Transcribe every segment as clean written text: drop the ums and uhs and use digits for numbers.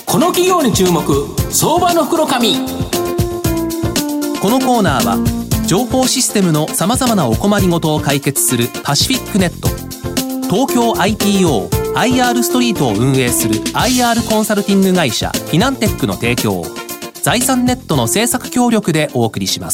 この企業に注目、相場の袋紙。 このコーナーは情報システムのさまざまなお困りごとを解決するパシフィックネット、東京 IPO、IR ストリートを運営する IR コンサルティング会社フィナンテックの提供、財産ネットの制作協力でお送りします。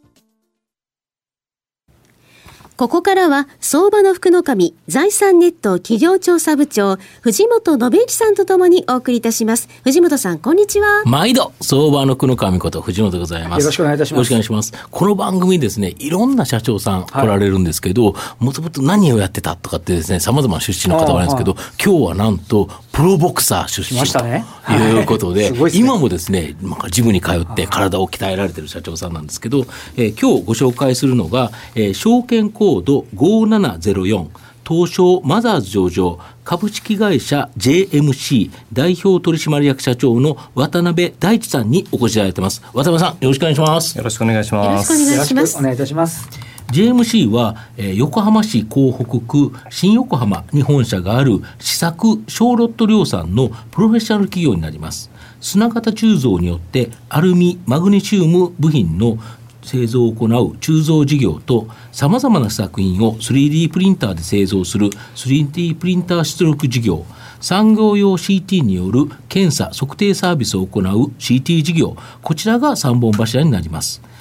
ここからは相場の福の神、財産ネット企業調査部長藤本信之さんとともにお送りいたします。藤本さん、こんにちは。 毎度相場の福の神こと藤本でございます。 よろしくお願いいたします。 よろしくお願いします。この番組ですね、いろんな社長さん来られるんですけど、もともと何をやってたとかってですね、様々な出身の方があるんですけど、今日はなんとプロボクサー出身ということで、今もですね、ジムに通って体を鍛えられている社長さんなんですけど、今日ご紹介するのが、証券コード5704東証マザーズ上場株式会社 JMC 代表取締役社長の渡辺大地さんにお越しいただいてます。渡辺さん、よろしくお願いします。 よろしくお願いします。 よろしくお願いします。 お願いいたします。 JMC は、横浜市港北区新横浜に本社がある試作小ロット量産のプロフェッショナル企業になります。砂型鋳造によってアルミマグネシウム部品の製造を行う鋳造事業と、さまざまな試作品を 3D プリンターで製造する 3D プリンター出力事業、産業用 CT による検査測定サービスを行う CT 事業、こちらが3本柱になります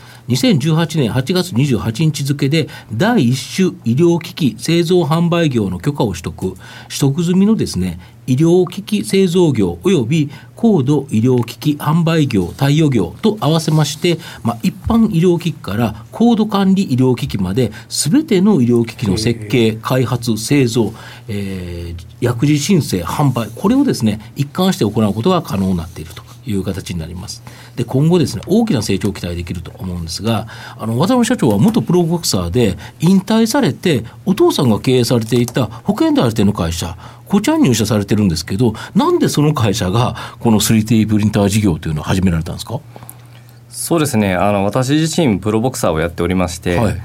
。2018年8月28日付で第1種医療機器製造販売業の許可を取得済みのですね、医療機器製造業および高度医療機器販売業貸与業と合わせまして、一般医療機器から高度管理医療機器まで全ての医療機器の設計開発製造、薬事申請販売、これをですね一貫して行うことが可能になっているという形になります。で、今後ですね、大きな成長を期待できると思うんですが、渡辺社長は元プロボクサーで引退されて、お父さんが経営されていた保険代理店の会社、こちらに入社されてるんですけど、なんでその会社がこの 3D プリンター事業というのを始められたんですか？ そうですね、私自身プロボクサーをやっておりまして、はい、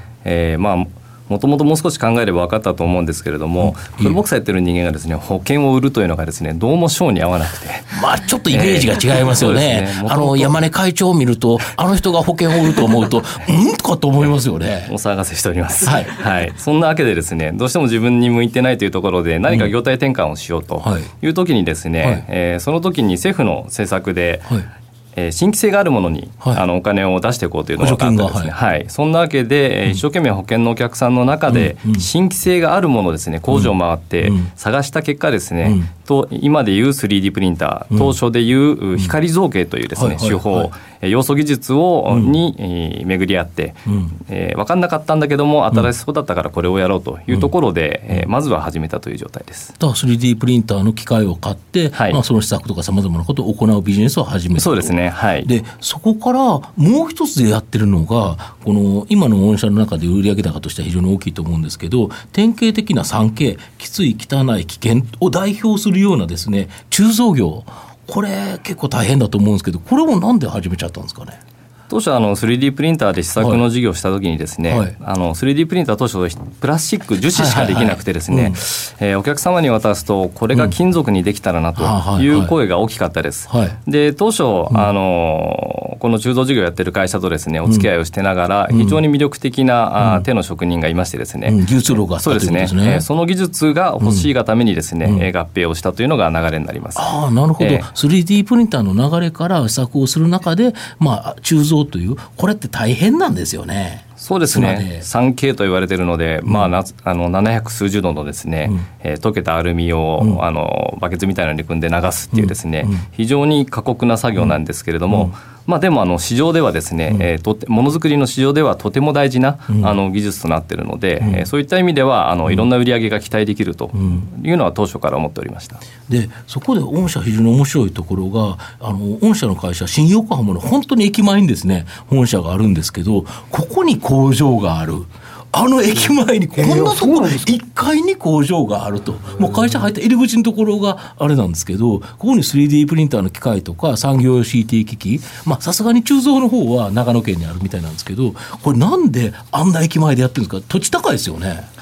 もともともう少し考えれば分かったと思うんですけれども、プロボクサーやってる人間がですね、保険を売るというのがですね、どうも性に合わなくて、 ちょっとイメージが違いますよね。山根会長を見ると、あの人が保険を売ると思うととかと思いますよね。 お騒がせしております、 はいはい、そんなわけでですね、どうしても自分に向いてないというところで何か業態転換をしようという時にですね、その時に政府の政策で、新規性があるものに、お金を出していこうというのがあったんですね。そんなわけで、一生懸命保険のお客さんの中で、新規性があるものをですね、工場を回って探した結果ですね、今でいう 3D プリンター、当初でいう光造形というですね、手法、要素技術に巡り合って、分かんなかったんだけども新しそうだったからこれをやろうというところで、まずは始めたという状態です。 だから 3D プリンターの機械を買って、その施策とかさまざまなことを行うビジネスを始めた。 そうですね、はい、 でそこからもう一つでやってるのが、この今の御社の中で売上高としては非常に大きいと思うんですけど、典型的な 3K、 きつい汚い危険を代表するようなですね、鋳造業、これ結構大変だと思うんですけど、これもなんで始めちゃったんですかね？ 当初3D プリンターで試作の事業をしたときにですね、3D プリンター当初プラスチック樹脂しかできなくてですね、お客様に渡すとこれが金属にできたらなという声が大きかったです。で、当初、この鋳造事業をやってる会社とですねお付き合いをしてながら、非常に魅力的な手の職人がいましてですね、 技術力があったということですね。 そうですね、その技術が欲しいがためにですね、合併をしたというのが流れになります。 なるほど、3D プリンターの流れから試作をする中で、鋳造という、これって大変なんですよね。 そうですね、3K と言われているので、700数十度のですね、溶けたアルミを、バケツみたいなのに組んで流すっていうですね、非常に過酷な作業なんですけれども、でも市場ではですね、ものづくりの市場ではとても大事な、技術となっているので、そういった意味ではいろんな売り上げが期待できるというのは当初から思っておりました。 でそこで御社非常に面白いところが、御社の会社新横浜の本当に駅前にですね本社があるんですけど、ここに工場がある。駅前にこんなところ1階に工場があると、もう会社入った入り口のところがあれなんですけど、ここに 3D プリンターの機械とか産業用 CT 機器、さすがに鋳造の方は長野県にあるみたいなんですけど、これなんであんな駅前でやってるんですか？土地高いですよね。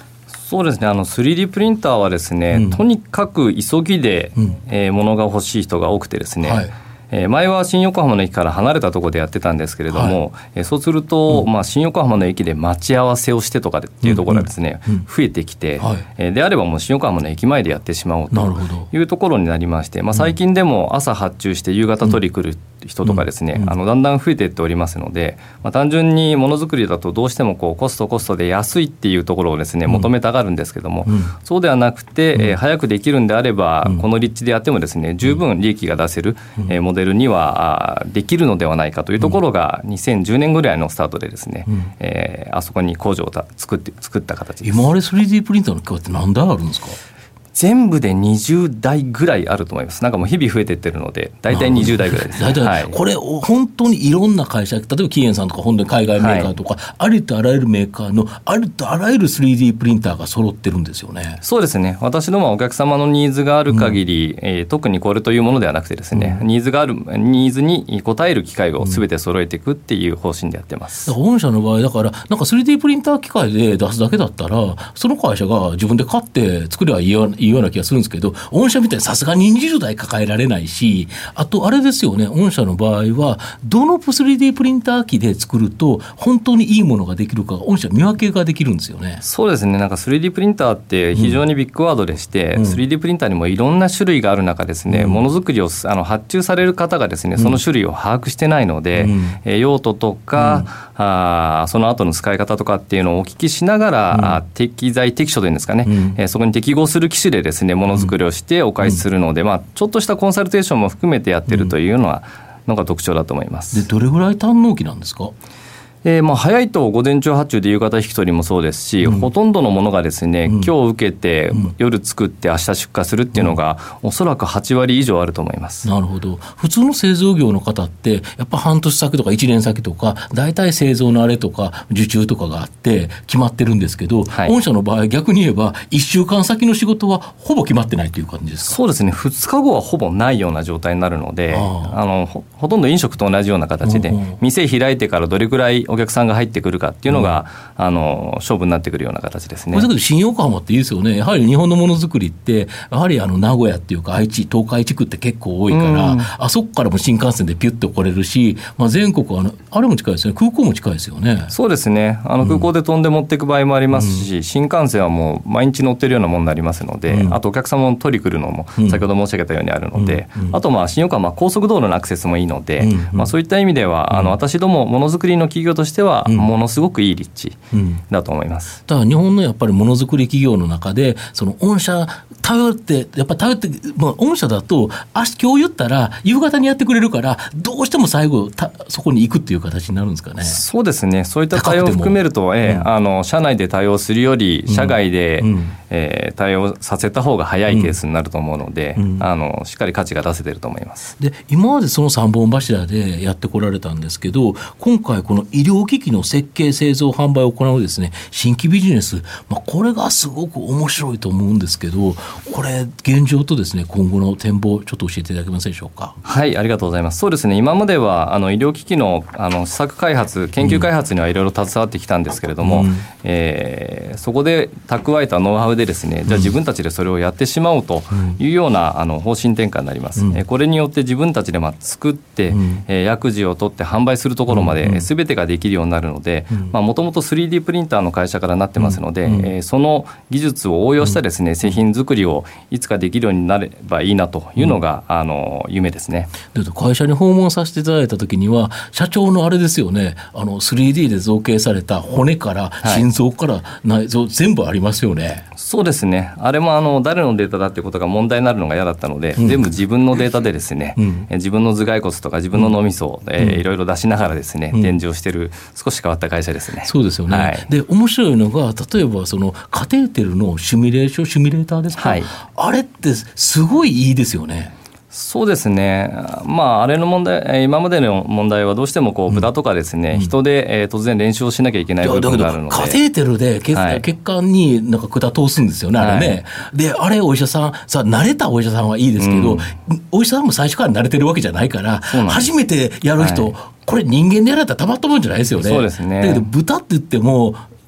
そうですね、3D プリンターはですね、とにかく急ぎで、物が欲しい人が多くてですね、はい、前は新横浜の駅から離れたところでやってたんですけれども、はい、そうすると、新横浜の駅で待ち合わせをしてとかっていうところがですね、増えてきて、はい、であればもう新横浜の駅前でやってしまおうというところになりまして、最近でも朝発注して夕方取り来る人とかですね、だんだん増えていっておりますので、単純にものづくりだとどうしてもコストで安いっていうところをですね求めたがるんですけども、そうではなくて、早くできるんであれば、この立地でやってもですね十分利益が出せる、モデルにはできるのではないかというところが2010年ぐらいのスタートでですね、あそこに工場を作った形です。 今あれ 3D プリンターの機械って何台あるんですか？ 全部で20台ぐらいあると思います。なんかもう日々増えていってるので大体20台ぐらいですね。はい、 これ本当にいろんな会社、例えばキーエンさんとか本当に海外メーカーとか、はい、ありとあらゆるメーカーのありとあらゆる 3D プリンターが揃ってるんですよね。 そうですね。私どもはお客様のニーズがある限り、特にこれというものではなくてですね、ニーズに応える機械を全て揃えていくっていう方針でやってます。 御社の場合だからなんか 3D プリンター機械で出すだけだったらその会社が自分で買って作ればいいような気がするんですけど、御社みたいにさすがに20台抱えられないし、あとあれですよね、御社の場合はどの 3D プリンター機で作ると本当にいいものができるか御社見分けができるんですよね。 そうですね。なんか 3D プリンターって非常にビッグワードでして、3D プリンターにもいろんな種類がある中ですね、ものづくりを発注される方がですねその種類を把握してないので、用途とか、その後の使い方とかっていうのをお聞きしながら、適材適所というんですかね、そこに適合する機種でですねものづくりをしてお返しするので、ちょっとしたコンサルテーションも含めてやってるというのが特徴だと思います。 でどれぐらい堪能期なんですか？ 早いと午前中発注で夕方引き取りもそうですし、ほとんどのものがですね、今日受けて、夜作って明日出荷するっていうのが、おそらく8割以上あると思います。 なるほど。普通の製造業の方ってやっぱ半年先とか1年先とか大体製造のあれとか受注とかがあって決まってるんですけど、御社の場合逆に言えば1週間先の仕事はほぼ決まってないという感じですか？ そうですね。2日後はほぼないような状態になるので、ほとんど飲食と同じような形で、店開いてからどれくらいお客さんが入ってくるかっていうのが、勝負になってくるような形ですね。 だけど新横浜っていいですよね。やはり日本のものづくりってやはり名古屋っていうか愛知東海地区って結構多いから、あそこからも新幹線でピュッと来れるし、全国はあれも近いですね。空港も近いですよね。 そうですね。空港で飛んで持っていく場合もありますし、新幹線はもう毎日乗ってるようなものになりますので、あとお客様も取り来るのも先ほど申し上げたようにあるので、あと新横浜高速道路のアクセスもいいので、そういった意味では私どもものづくりの企業としてはものすごくいい立地だと思います。 だから日本のやっぱりものづくり企業の中でその御社頼って御社だと今日言ったら夕方にやってくれるからどうしても最後そこに行くっていう形になるんですかね。 そうですね。そういった対応を含めると、社内で対応するより社外で、対応させた方が早いケースになると思うので、しっかり価値が出せていると思います。 で今までその3本柱でやってこられたんですけど、今回この医療機器の設計製造販売を行うですね新規ビジネス、これがすごく面白いと思うんですけど、これ現状とですね今後の展望ちょっと教えていただけますでしょうか？ はい、ありがとうございます。そうですね。今までは医療機器の試作開発研究開発にはいろいろ携わってきたんですけれども、そこで蓄えたノウハウでですね、じゃあ自分たちでそれをやってしまおうというような方針転換になります。これによって自分たちで作って、薬事を取って販売するところまで全てができるようになるので、もともと 3D プリンターの会社からなってますので、その技術を応用したですね、製品作りをいつかできるようになればいいなというのが、夢ですね。 会社に訪問させていただいた時には社長のあれですよね、3D で造形された骨から心臓から内臓、全部ありますよね。 そうですね。あれも誰のデータだってことが問題になるのが嫌だったので、全部自分のデータでですね、自分の頭蓋骨とか自分の脳みそを、いろいろ出しながらですね、展示をしている少し変わった会社ですね。 そうですよね。で面白いのが例えばそのカテーテルのシミュレーターですか、あれってすごいいいですよね。 そうですね。あれの問題、今までの問題はどうしても豚とかですね、人で、突然練習をしなきゃいけない部分があるので、 カテーテルで血管になんか管通すんですよね、あれね。であれお医者さん慣れたお医者さんはいいですけど、お医者さんも最初から慣れてるわけじゃないから初めてやる人、これ人間でやられたらたまったもんじゃないですよね。 そうですね。 だけど豚って言っても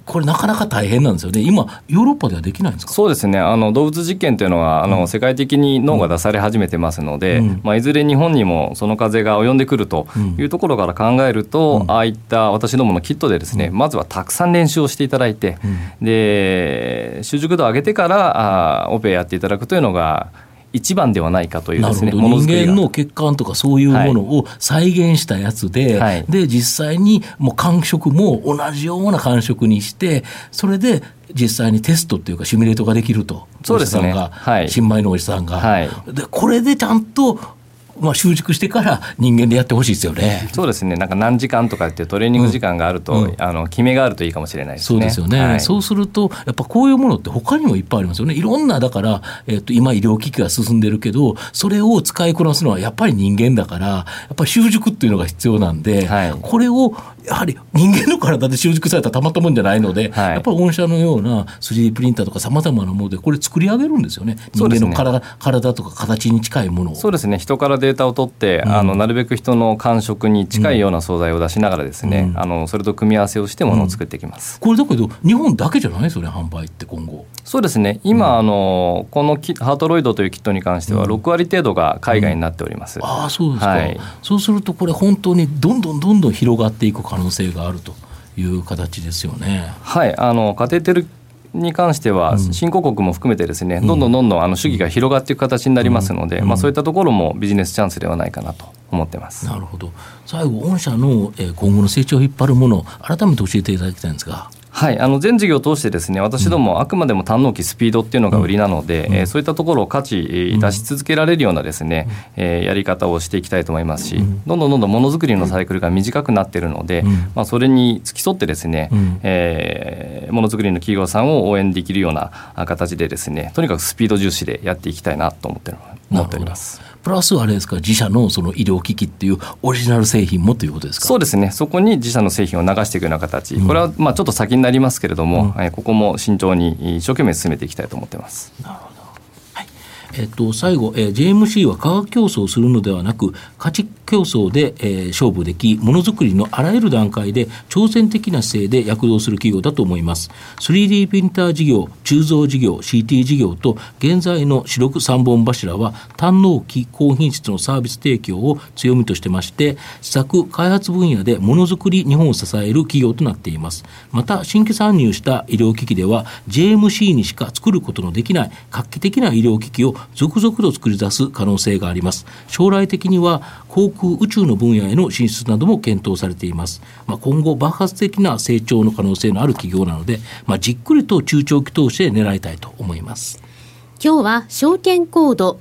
これなかなか大変なんですよね。今ヨーロッパではできないんですか？ そうですね、動物実験というのは世界的に脳が出され始めてますので、いずれ日本にもその風が及んでくるというところから考えると、ああいった私どものキットでですね、まずはたくさん練習をしていただいて、で習熟度を上げてからオペやっていただくというのが一番ではないかというですね、 人間の血管とかそういうものを再現したやつで、で実際にもう感触も同じような感触にして、それで実際にテストっていうかシミュレートができると。 そうですね、 新米のおじさんが、でこれでちゃんと習熟してから人間でやってほしいですよね。 そうですね、なんか何時間とかってトレーニング時間があると、決めがあるといいかもしれないですね。 そうですよね、そうするとやっぱこういうものって他にもいっぱいありますよね。いろんなだから、今医療機器が進んでるけど、それを使いこなすのはやっぱり人間だから、やっぱり習熟っていうのが必要なんで、これをやはり人間の体で習熟されたらたまったもんじゃないので、やっぱり御社のような 3D プリンターとかさまざまなものでこれ作り上げるんですよね。人間の体とか形に近いものを。 そうですね、人からデータを取って、なるべく人の感触に近いような素材を出しながらですね、それと組み合わせをしてものを作っていきます。 これだけど日本だけじゃないですよね、販売って今後。 そうですね、今、このハートロイドというキットに関しては6割程度が海外になっております。 ああ、そうですか。そうするとこれ本当にどんどん広がっていく可能性があるという形ですよね。 カテーテルに関しては新興国も含めてですね、どんどん主義が広がっていく形になりますので、そういったところもビジネスチャンスではないかなと思ってます。 なるほど。最後、御社の今後の成長を引っ張るもの、改めて教えていただきたいんですが。 全事業を通してですね、私どもあくまでも単納期スピードっていうのが売りなので、そういったところを価値出し続けられるようなですね、やり方をしていきたいと思いますし、どんどんものづくりのサイクルが短くなっているので、それに付き添ってですね、ものづくりの企業さんを応援できるような形でですね、とにかくスピード重視でやっていきたいなと思っております。 プラスあれですか、自社のその医療機器っていうオリジナル製品もということですか？ そうですね、そこに自社の製品を流していくような形、これはちょっと先になりますけれども、ここも慎重に一生懸命進めていきたいと思っています。 なるほど。最後、JMC は価格競争をするのではなく価値競争で、勝負でき、ものづくりのあらゆる段階で挑戦的な姿勢で躍動する企業だと思います。 3D プリンター事業、鋳造事業、 CT 事業と現在の主力3本柱は単納期高品質のサービス提供を強みとしてまして、試作開発分野でものづくり日本を支える企業となっています。また新規参入した医療機器では JMC にしか作ることのできない画期的な医療機器を続々と作り出す可能性があります。将来的には航空宇宙の分野への進出なども検討されています。今後爆発的な成長の可能性のある企業なので、じっくりと中長期投資で狙いたいと思います。 今日は証券コード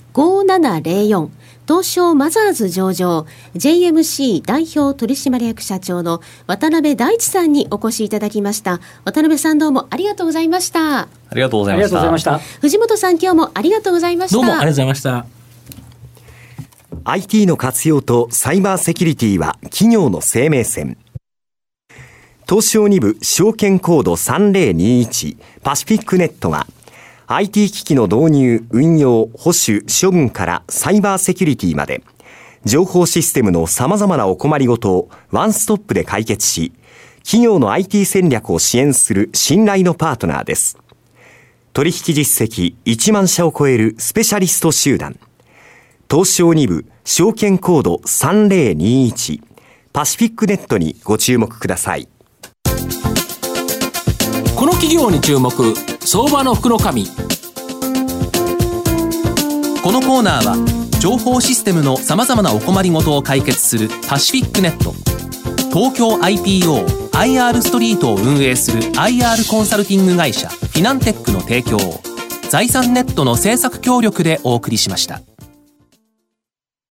5704東証マザーズ上場 JMC 代表取締役社長の渡辺大地さんにお越しいただきました。渡辺さん、どうもありがとうございました。 ありがとうございました。 藤本さん、今日もありがとうございました。 どうもありがとうございました。 IT の活用とサイバーセキュリティは企業の生命線。東証2部証券コード3021パシフィックネットがIT 機器の導入、運用、保守、処分からサイバーセキュリティまで、情報システムの様々なお困りごとをワンストップで解決し、企業の IT 戦略を支援する信頼のパートナーです。取引実績1万社を超えるスペシャリスト集団。東証2部証券コード3021パシフィックネットにご注目ください。 この企業に注目、相場の福の神。 このコーナーは情報システムのさまざまなお困りごとを解決するパシフィックネット、東京 IPO、IR ストリートを運営する IR コンサルティング会社フィナンテックの提供を財産ネットの制作協力でお送りしました。